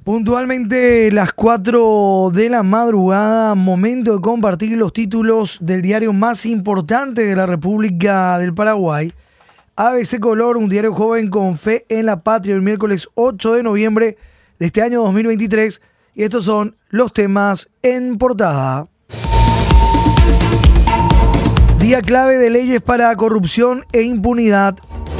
Puntualmente las 4 de la madrugada, momento de compartir los títulos del diario más importante de la República del Paraguay. ABC Color, un diario joven con fe en la patria, el miércoles 8 de noviembre de este año 2023. Y estos son los temas en portada. Día clave de leyes para corrupción e impunidad.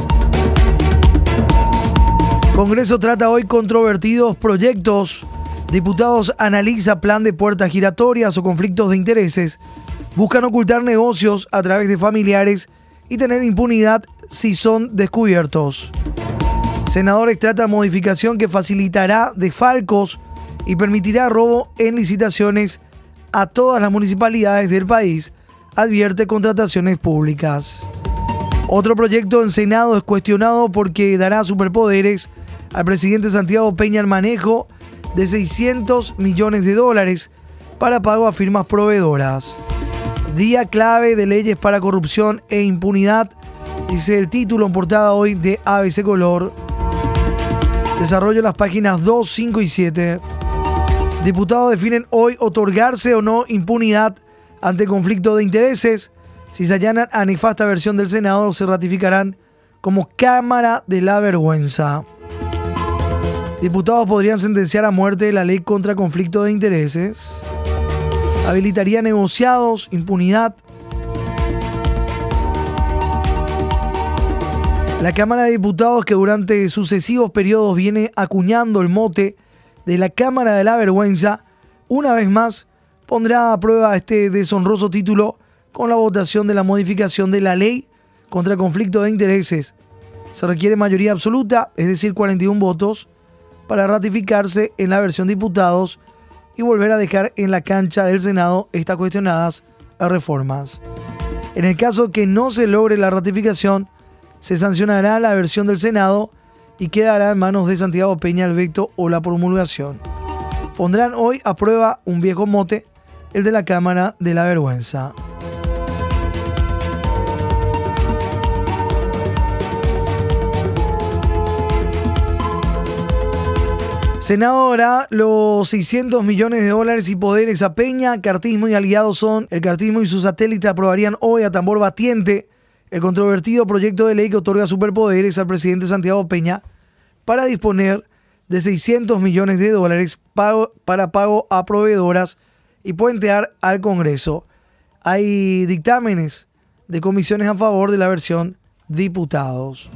Congreso trata hoy controvertidos proyectos. Diputados analiza plan de puertas giratorias o conflictos de intereses. Buscan ocultar negocios a través de familiares y tener impunidad si son descubiertos. Senadores tratan modificación que facilitará desfalcos y permitirá robo en licitaciones a todas las municipalidades del país. Advierte contrataciones públicas. Otro proyecto en Senado es cuestionado porque dará superpoderes al presidente Santiago Peña el manejo de $600 millones para pago a firmas proveedoras. Día clave de leyes para corrupción e impunidad, dice el título en portada hoy de ABC Color. Desarrollo en las páginas 2, 5 y 7. Diputados definen hoy otorgarse o no impunidad ante conflicto de intereses. Si se allanan a nefasta versión del Senado, se ratificarán como Cámara de la Vergüenza. Diputados podrían sentenciar a muerte la ley contra conflicto de intereses. Habilitaría negociados, impunidad. La Cámara de Diputados, que durante sucesivos periodos viene acuñando el mote de la Cámara de la Vergüenza, una vez más pondrá a prueba este deshonroso título con la votación de la modificación de la ley contra conflicto de intereses. Se requiere mayoría absoluta, es decir, 41 votos, para ratificarse en la versión diputados y volver a dejar en la cancha del Senado estas cuestionadas reformas. En el caso que no se logre la ratificación, se sancionará la versión del Senado y quedará en manos de Santiago Peña el veto o la promulgación. Pondrán hoy a prueba un viejo mote, el de la Cámara de la Vergüenza. Senado dará los $600 millones y poderes a Peña. Cartismo y aliados son. El cartismo y sus satélites aprobarían hoy a tambor batiente el controvertido proyecto de ley que otorga superpoderes al presidente Santiago Peña para disponer de $600 millones para pago a proveedoras y puentear al Congreso. Hay dictámenes de comisiones a favor de la versión diputados.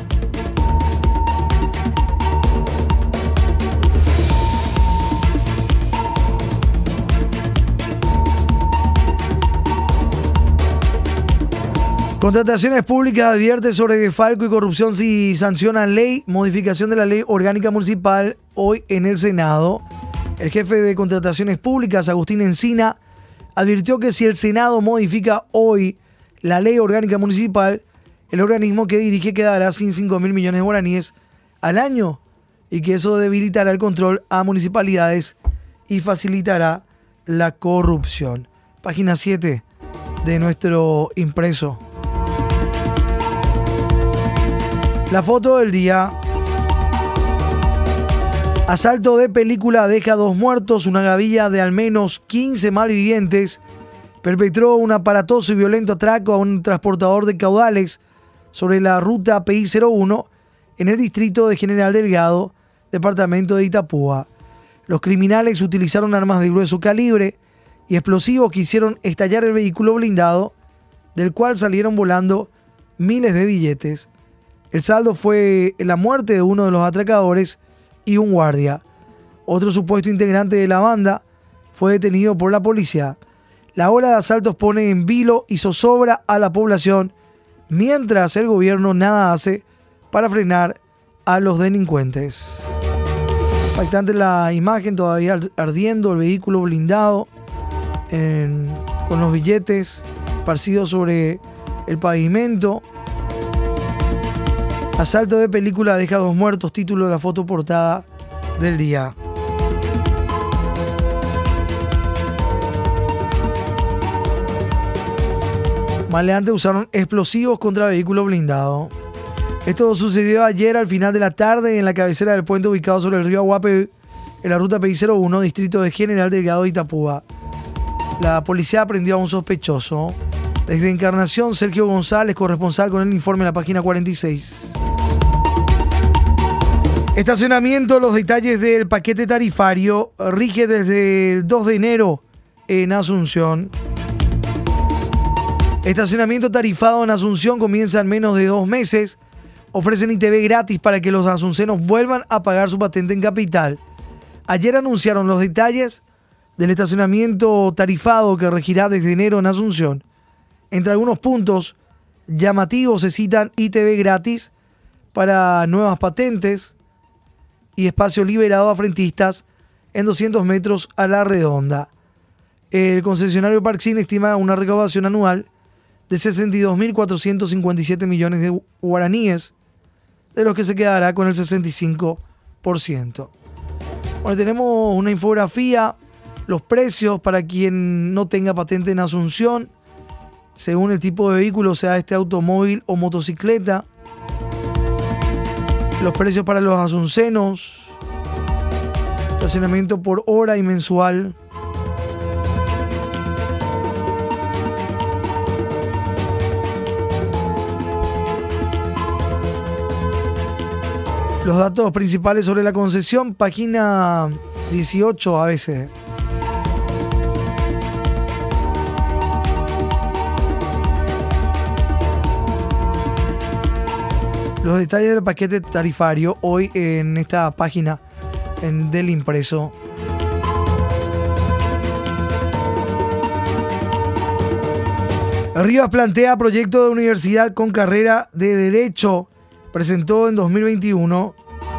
Contrataciones Públicas advierte sobre desfalco y corrupción si sancionan ley. Modificación de la ley orgánica municipal hoy en el Senado. El jefe de Contrataciones Públicas, Agustín Encina, advirtió que si el Senado modifica hoy la ley orgánica municipal, el organismo que dirige quedará sin 5.000 millones de guaraníes al año y que eso debilitará el control a municipalidades y facilitará la corrupción. Página 7 de nuestro impreso. La foto del día. Asalto de película deja 2 muertos, una gavilla de al menos 15 malvivientes. Perpetró un aparatoso y violento atraco a un transportador de caudales sobre la ruta PI 01 en el distrito de General Delgado, departamento de Itapúa. Los criminales utilizaron armas de grueso calibre y explosivos que hicieron estallar el vehículo blindado, del cual salieron volando miles de billetes. El saldo fue la muerte de uno de los atracadores y un guardia. Otro supuesto integrante de la banda fue detenido por la policía. La ola de asaltos pone en vilo y zozobra a la población, mientras el gobierno nada hace para frenar a los delincuentes. Impactante la imagen, todavía ardiendo el vehículo blindado con los billetes esparcidos sobre el pavimento. Asalto de película deja 2 muertos, título de la foto portada del día. Maleantes usaron explosivos contra vehículo blindado. Esto sucedió ayer al final de la tarde en la cabecera del puente ubicado sobre el río Aguape, en la ruta PI 01, distrito de General Delgado de Itapúa. La policía aprendió a un sospechoso. Desde Encarnación, Sergio González, corresponsal con el informe en la página 46. Estacionamiento, los detalles del paquete tarifario rige desde el 2 de enero en Asunción. Estacionamiento tarifado en Asunción comienza en menos de 2 meses. Ofrecen ITV gratis para que los asuncenos vuelvan a pagar su patente en Capital. Ayer anunciaron los detalles del estacionamiento tarifado que regirá desde enero en Asunción. Entre algunos puntos llamativos se citan ITV gratis para nuevas patentes y espacio liberado a frentistas en 200 metros a la redonda. El concesionario Parksin estima una recaudación anual de 62.457 millones de guaraníes, de los que se quedará con el 65%. Bueno, tenemos una infografía, los precios para quien no tenga patente en Asunción, según el tipo de vehículo, sea este automóvil o motocicleta. Los precios para los asuncenos, estacionamiento por hora y mensual. Los datos principales sobre la concesión, página 18 ABC. Los detalles del paquete tarifario hoy en esta página del impreso. Rivas plantea proyecto de universidad con carrera de Derecho. Presentó en 2021.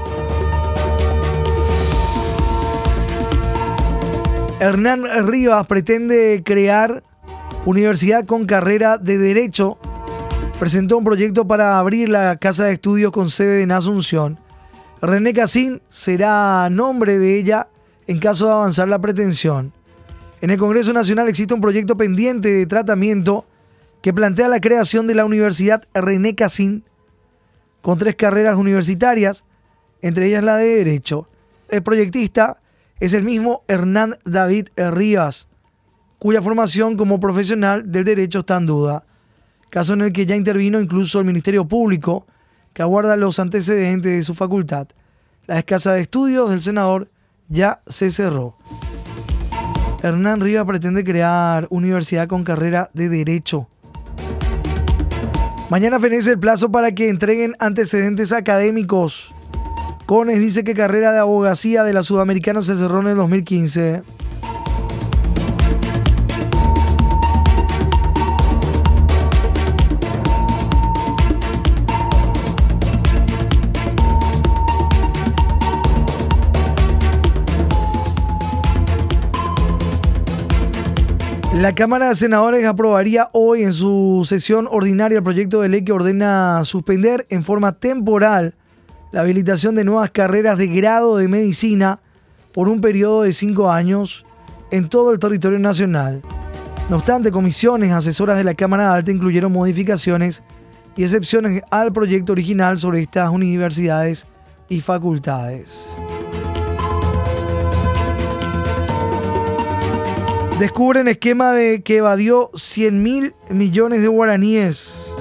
Hernán Rivas pretende crear universidad con carrera de Derecho. Presentó un proyecto para abrir la casa de estudios con sede en Asunción. René Cassin será nombre de ella en caso de avanzar la pretensión. En el Congreso Nacional existe un proyecto pendiente de tratamiento que plantea la creación de la Universidad René Cassin con 3 carreras universitarias, entre ellas la de Derecho. El proyectista es el mismo Hernán David Rivas, cuya formación como profesional del derecho está en duda. Caso en el que ya intervino incluso el Ministerio Público, que aguarda los antecedentes de su facultad. La casa de estudios del senador ya se cerró. Hernán Rivas pretende crear universidad con carrera de Derecho. Mañana fenece el plazo para que entreguen antecedentes académicos. Cones dice que carrera de abogacía de la Sudamericana se cerró en el 2015. La Cámara de Senadores aprobaría hoy en su sesión ordinaria el proyecto de ley que ordena suspender en forma temporal la habilitación de nuevas carreras de grado de medicina por un periodo de 5 años en todo el territorio nacional. No obstante, comisiones asesoras de la Cámara Alta incluyeron modificaciones y excepciones al proyecto original sobre estas universidades y facultades. Descubren esquema que evadió 100.000 millones de guaraníes.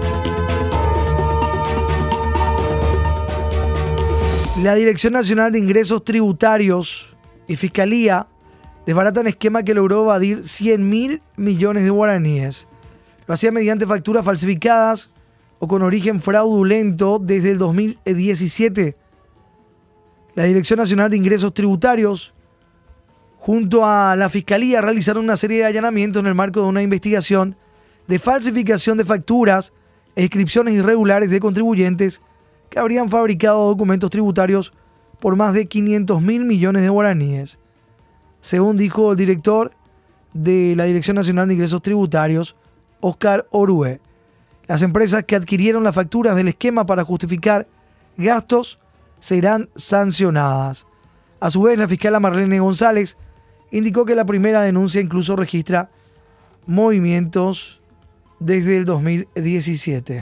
La Dirección Nacional de Ingresos Tributarios y Fiscalía desbaratan esquema que logró evadir 100.000 millones de guaraníes. Lo hacía mediante facturas falsificadas o con origen fraudulento desde el 2017. La Dirección Nacional de Ingresos Tributarios junto a la Fiscalía realizaron una serie de allanamientos en el marco de una investigación de falsificación de facturas e inscripciones irregulares de contribuyentes que habrían fabricado documentos tributarios por más de 500.000 millones de guaraníes. Según dijo el director de la Dirección Nacional de Ingresos Tributarios, Oscar Orue, las empresas que adquirieron las facturas del esquema para justificar gastos serán sancionadas. A su vez, la fiscal Marlene González indicó que la primera denuncia incluso registra movimientos desde el 2017.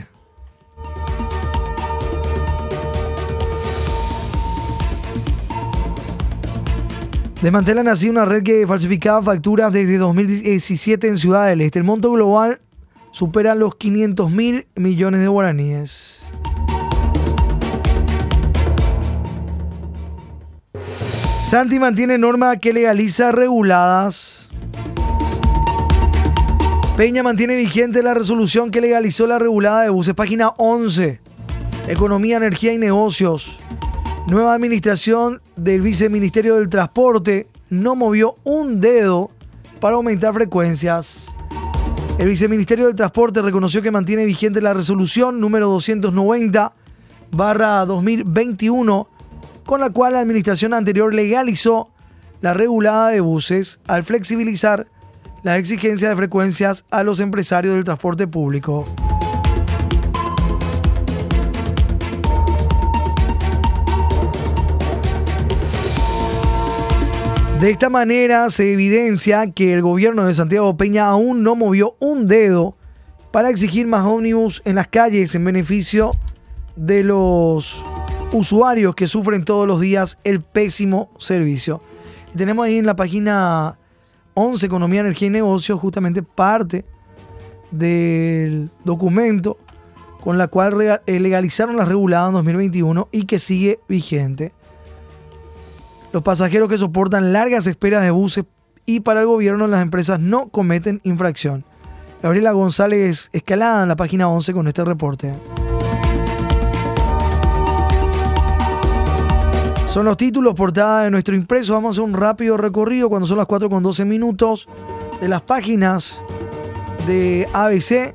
Desmantelan así una red que falsificaba facturas desde 2017 en Ciudad del Este. El monto global supera los 500.000 millones de guaraníes. Santi mantiene norma que legaliza reguladas. Peña mantiene vigente la resolución que legalizó la regulada de buses. Página 11. Economía, Energía y Negocios. Nueva administración del Viceministerio del Transporte no movió un dedo para aumentar frecuencias. El Viceministerio del Transporte reconoció que mantiene vigente la resolución número 290/2021, con la cual la administración anterior legalizó la regulada de buses al flexibilizar las exigencias de frecuencias a los empresarios del transporte público. De esta manera se evidencia que el gobierno de Santiago Peña aún no movió un dedo para exigir más ómnibus en las calles en beneficio de los usuarios que sufren todos los días el pésimo servicio. Y tenemos ahí en la página 11, Economía, Energía y Negocios, justamente parte del documento con la cual legalizaron la regulada en 2021 y que sigue vigente. Los pasajeros que soportan largas esperas de buses y para el gobierno las empresas no cometen infracción. Gabriela González Escalada en la página 11 con este reporte. Son los títulos, portada de nuestro impreso. Vamos a hacer un rápido recorrido cuando son las 4:12 de las páginas de ABC.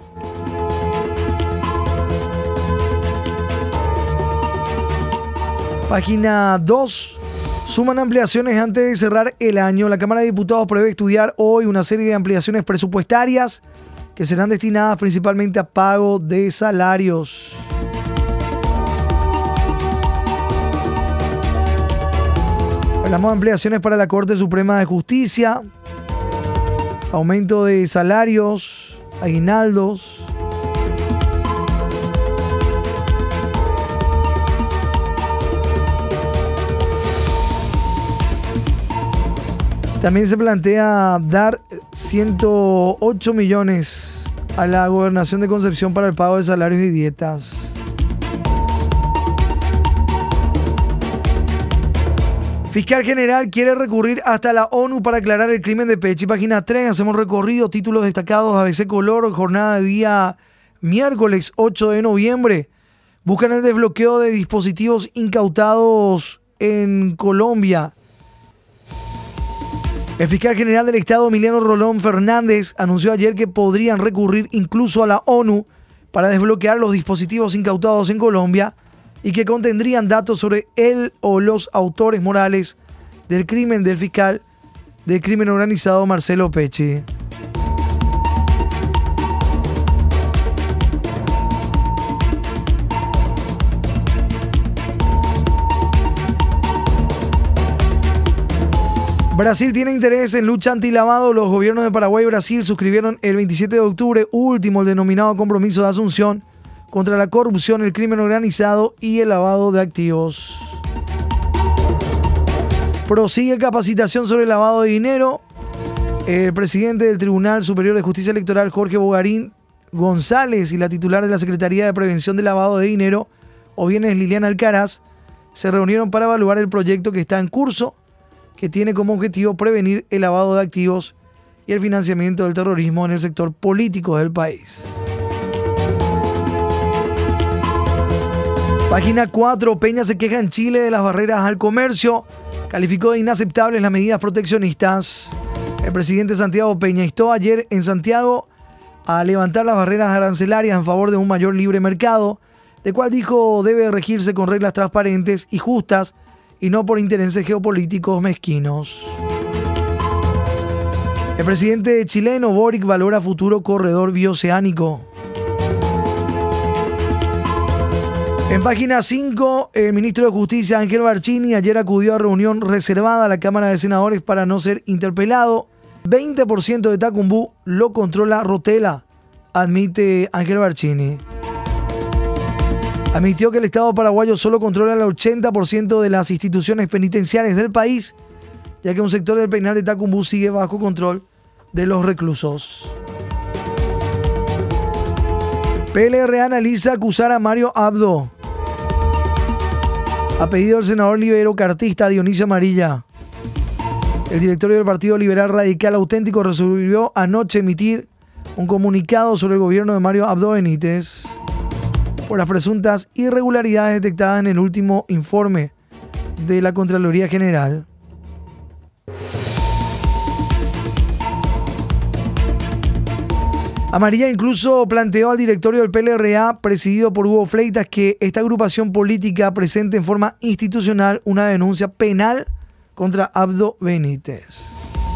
Página 2. Suman ampliaciones antes de cerrar el año. La Cámara de Diputados prevé estudiar hoy una serie de ampliaciones presupuestarias que serán destinadas principalmente a pago de salarios. Hablamos de ampliaciones para la Corte Suprema de Justicia, aumento de salarios, aguinaldos. También se plantea dar 108 millones a la Gobernación de Concepción para el pago de salarios y dietas. Fiscal General quiere recurrir hasta la ONU para aclarar el crimen de Pechi. Página 3, hacemos recorrido, títulos destacados, ABC Color, jornada de día miércoles 8 de noviembre. Buscan el desbloqueo de dispositivos incautados en Colombia. El fiscal general del Estado, Emiliano Rolón Fernández, anunció ayer que podrían recurrir incluso a la ONU para desbloquear los dispositivos incautados en Colombia y que contendrían datos sobre él o los autores morales del crimen del fiscal del crimen organizado Marcelo Pechi. Brasil tiene interés en lucha antilavado. Los gobiernos de Paraguay y Brasil suscribieron el 27 de octubre último el denominado Compromiso de Asunción contra la corrupción, el crimen organizado y el lavado de activos. Prosigue capacitación sobre el lavado de dinero. El presidente del Tribunal Superior de Justicia Electoral, Jorge Bogarín González, y la titular de la Secretaría de Prevención del Lavado de Dinero, o bienes Liliana Alcaraz, se reunieron para evaluar el proyecto que está en curso, que tiene como objetivo prevenir el lavado de activos y el financiamiento del terrorismo en el sector político del país. Página 4. Peña se queja en Chile de las barreras al comercio. Calificó de inaceptables las medidas proteccionistas. El presidente Santiago Peña instó ayer en Santiago a levantar las barreras arancelarias en favor de un mayor libre mercado, de cual dijo debe regirse con reglas transparentes y justas y no por intereses geopolíticos mezquinos. El presidente chileno Boric valora futuro corredor bioceánico. En página 5, el ministro de Justicia Ángel Barcini ayer acudió a reunión reservada a la Cámara de Senadores para no ser interpelado. 20% de Tacumbú lo controla Rotela, admite Ángel Barcini. Admitió que el Estado paraguayo solo controla el 80% de las instituciones penitenciarias del país ya que un sector del penal de Tacumbú sigue bajo control de los reclusos. PLRA analiza acusar a Mario Abdo. A pedido del senador libero cartista Dionisio Amarilla. El directorio del Partido Liberal Radical Auténtico resolvió anoche emitir un comunicado sobre el gobierno de Mario Abdo Benítez por las presuntas irregularidades detectadas en el último informe de la Contraloría General. Amarilla incluso planteó al directorio del PLRA, presidido por Hugo Fleitas, que esta agrupación política presente en forma institucional una denuncia penal contra Abdo Benítez.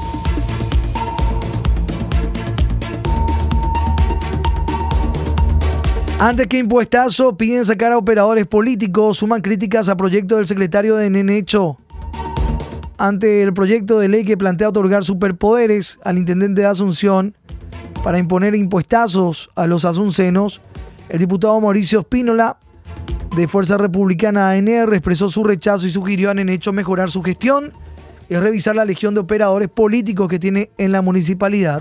Antes que impuestazo, piden sacar a operadores políticos, suman críticas a proyecto del secretario de Nenecho. Ante el proyecto de ley que plantea otorgar superpoderes al intendente de Asunción para imponer impuestazos a los asuncenos, el diputado Mauricio Spínola, de Fuerza Republicana ANR, expresó su rechazo y sugirió a Nenecho mejorar su gestión y revisar la legión de operadores políticos que tiene en la municipalidad.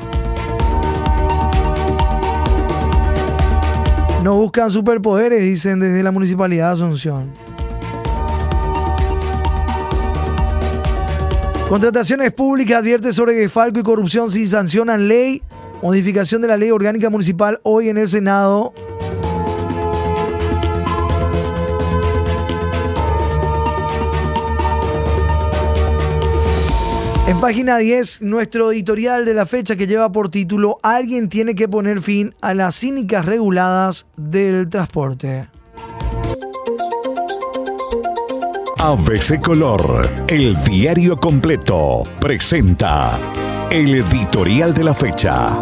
No buscan superpoderes, dicen desde la Municipalidad de Asunción. Contrataciones Públicas advierte sobre desfalco y corrupción sin sancionan ley. Modificación de la ley orgánica municipal hoy en el Senado. En página 10, nuestro editorial de la fecha que lleva por título "Alguien tiene que poner fin a las cínicas reguladas del transporte". ABC Color, el diario completo, presenta el editorial de la fecha.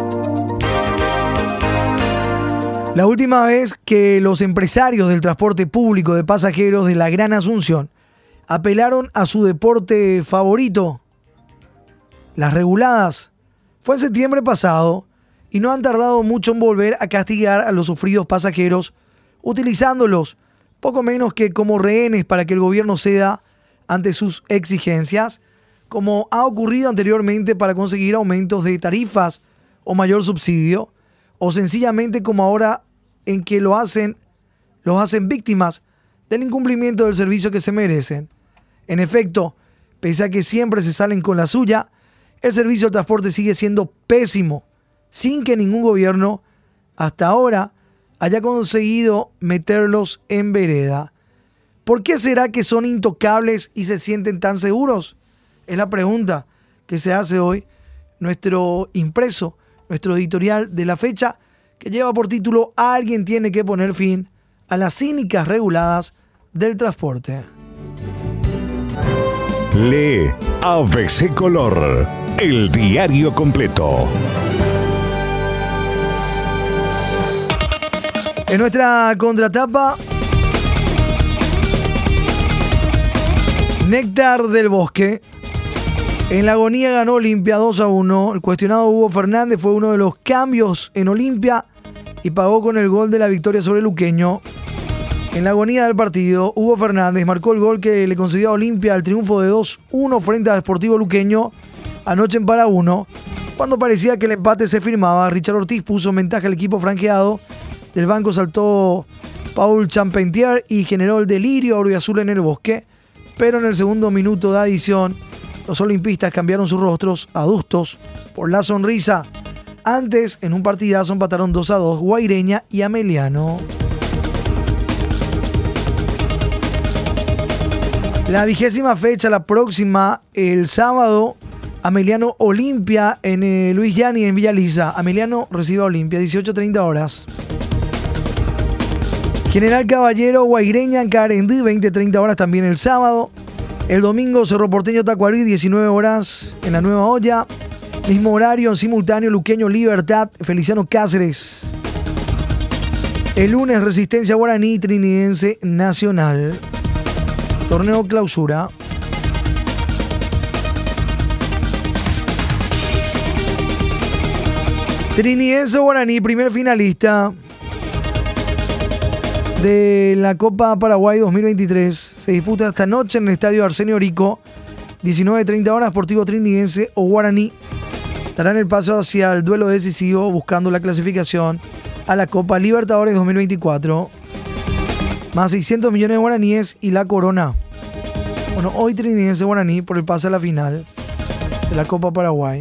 La última vez que los empresarios del transporte público de pasajeros de la Gran Asunción apelaron a su deporte favorito, las reguladas, fue en septiembre pasado y no han tardado mucho en volver a castigar a los sufridos pasajeros, utilizándolos poco menos que como rehenes para que el gobierno ceda ante sus exigencias, como ha ocurrido anteriormente para conseguir aumentos de tarifas o mayor subsidio, o sencillamente como ahora en que los hacen víctimas del incumplimiento del servicio que se merecen. En efecto, pese a que siempre se salen con la suya, el servicio del transporte sigue siendo pésimo, sin que ningún gobierno hasta ahora haya conseguido meterlos en vereda. ¿Por qué será que son intocables y se sienten tan seguros? Es la pregunta que se hace hoy nuestro impreso, nuestro editorial de la fecha, que lleva por título "Alguien tiene que poner fin a las cínicas reguladas del transporte". Lee ABC Color, el diario completo. En nuestra contratapa, Néctar del Bosque. En la agonía ganó Olimpia 2-1. El cuestionado Hugo Fernández fue uno de los cambios en Olimpia y pagó con el gol de la victoria sobre Luqueño. En la agonía del partido, Hugo Fernández marcó el gol que le concedió a Olimpia el triunfo de 2-1 frente al Sportivo Luqueño anoche en Para-1. Cuando parecía que el empate se firmaba, Richard Ortiz puso en ventaja al equipo franjeado. Del banco saltó Paul Champentier y generó el delirio auriazul en el Bosque. Pero en el segundo minuto de adición, los olimpistas cambiaron sus rostros adustos por la sonrisa. Antes, en un partidazo, empataron 2-2 Guaireña y Ameliano. La 20ª fecha, la próxima, el sábado, Ameliano Olimpia en Luis Llani en Villa Lisa. Ameliano recibe a Olimpia, 18:30 horas. General Caballero, Guaireña en Carendí, 20:30 horas también el sábado. El domingo, Cerro Porteño Tacuarí, 19 horas en la Nueva Olla. Mismo horario, en simultáneo, Luqueño Libertad, Feliciano Cáceres. El lunes, Resistencia Guaraní, Trinidense Nacional. Torneo clausura. Trinidense Guaraní, primer finalista de la Copa Paraguay 2023. Se disputa esta noche en el estadio Arsenio Rico, 19:30 horas, Sportivo Trinidense o Guaraní darán el paso hacia el duelo decisivo buscando la clasificación a la Copa Libertadores 2024. Más 600 millones de guaraníes y la corona. Bueno, hoy Trinidense Guaraní por el pase a la final de la Copa Paraguay.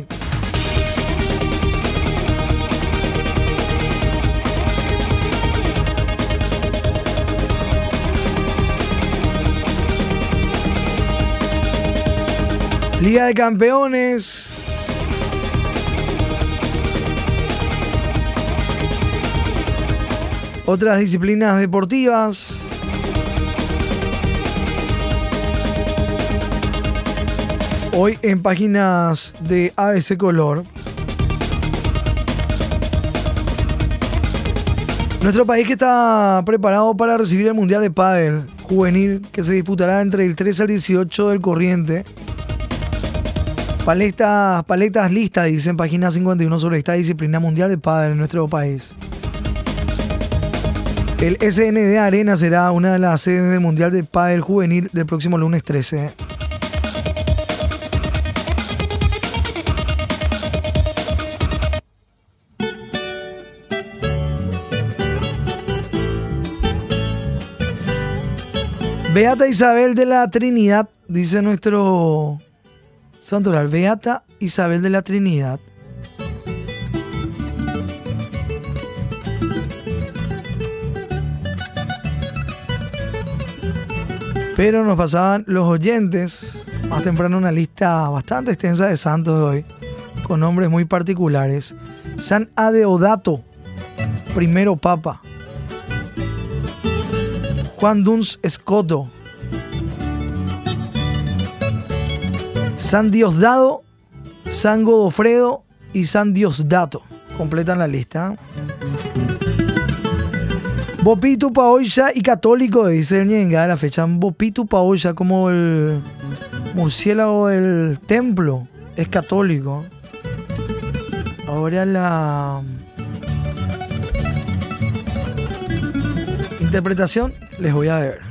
Liga de Campeones. Otras disciplinas deportivas. Hoy en páginas de ABC Color. Nuestro país que está preparado para recibir el Mundial de Pádel Juvenil que se disputará entre el 13 al 18 del corriente. Paletas listas, dice en página 51 sobre esta disciplina mundial de pádel en nuestro país. El SND Arena será una de las sedes del Mundial de Pádel Juvenil del próximo lunes 13. Beata Isabel de la Trinidad, dice nuestro santoral. Beata Isabel de la Trinidad. Pero nos pasaban los oyentes más temprano una lista bastante extensa de santos de hoy, con nombres muy particulares. San Adeodato, primero papa. Juan Duns Escoto. San Diosdado, San Godofredo y San Diosdato. Completan la lista. Bopitu Paoya y católico, dice el Ñenga de la fecha. Bopitu Paoya, como el murciélago del templo, es católico. Ahora la interpretación les voy a ver.